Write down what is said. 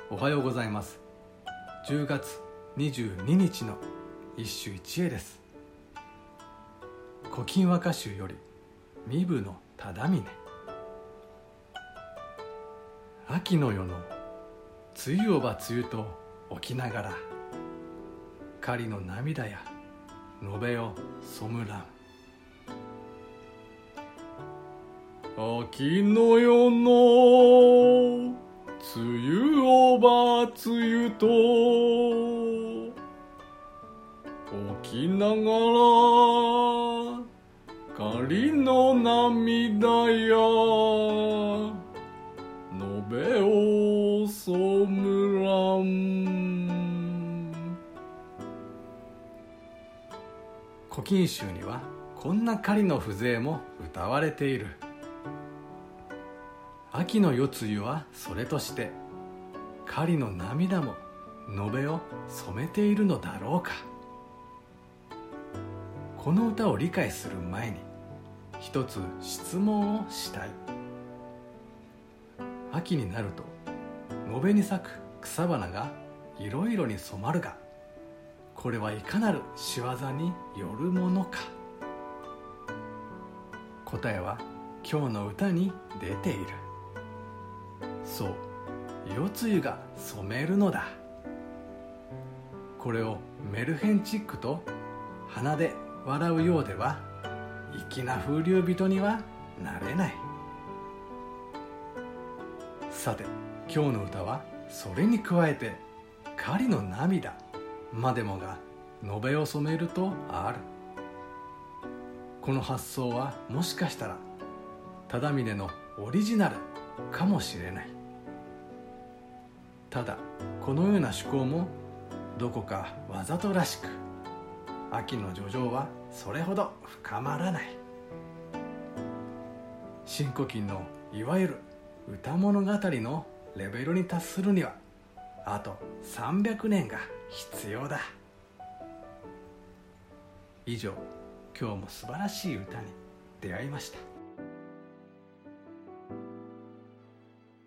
おはようございます。10月22日の一首一会です。古今和歌集より身分の忠峰。秋の夜の梅雨をば梅雨と起きながら、狩りの涙や延べを染むらん。秋の夜の梅雨をば梅雨と起きながら、狩りの涙や延べを染むらん。古今集にはこんな狩りの風情も歌われている。秋の夜露はそれとして狩りの涙も延べを染めているのだろうか。この歌を理解する前に一つ質問をしたい。秋になると延べに咲く草花がいろいろに染まるが、これはいかなる仕業によるものか。答えは今日の歌に出ている。そう、夜露が染めるのだ。これをメルヘンチックと鼻で笑うようでは粋な風流人にはなれない。さて、今日の歌はそれに加えて狩りの涙までもが延べを染めるとある。この発想はもしかしたら忠峰のオリジナルかもしれない。ただこのような趣向もどこかわざとらしく、秋の叙情はそれほど深まらない。新古今のいわゆる歌物語のレベルに達するにはあと300年が必要だ。以上、今日も素晴らしい歌に出会いました。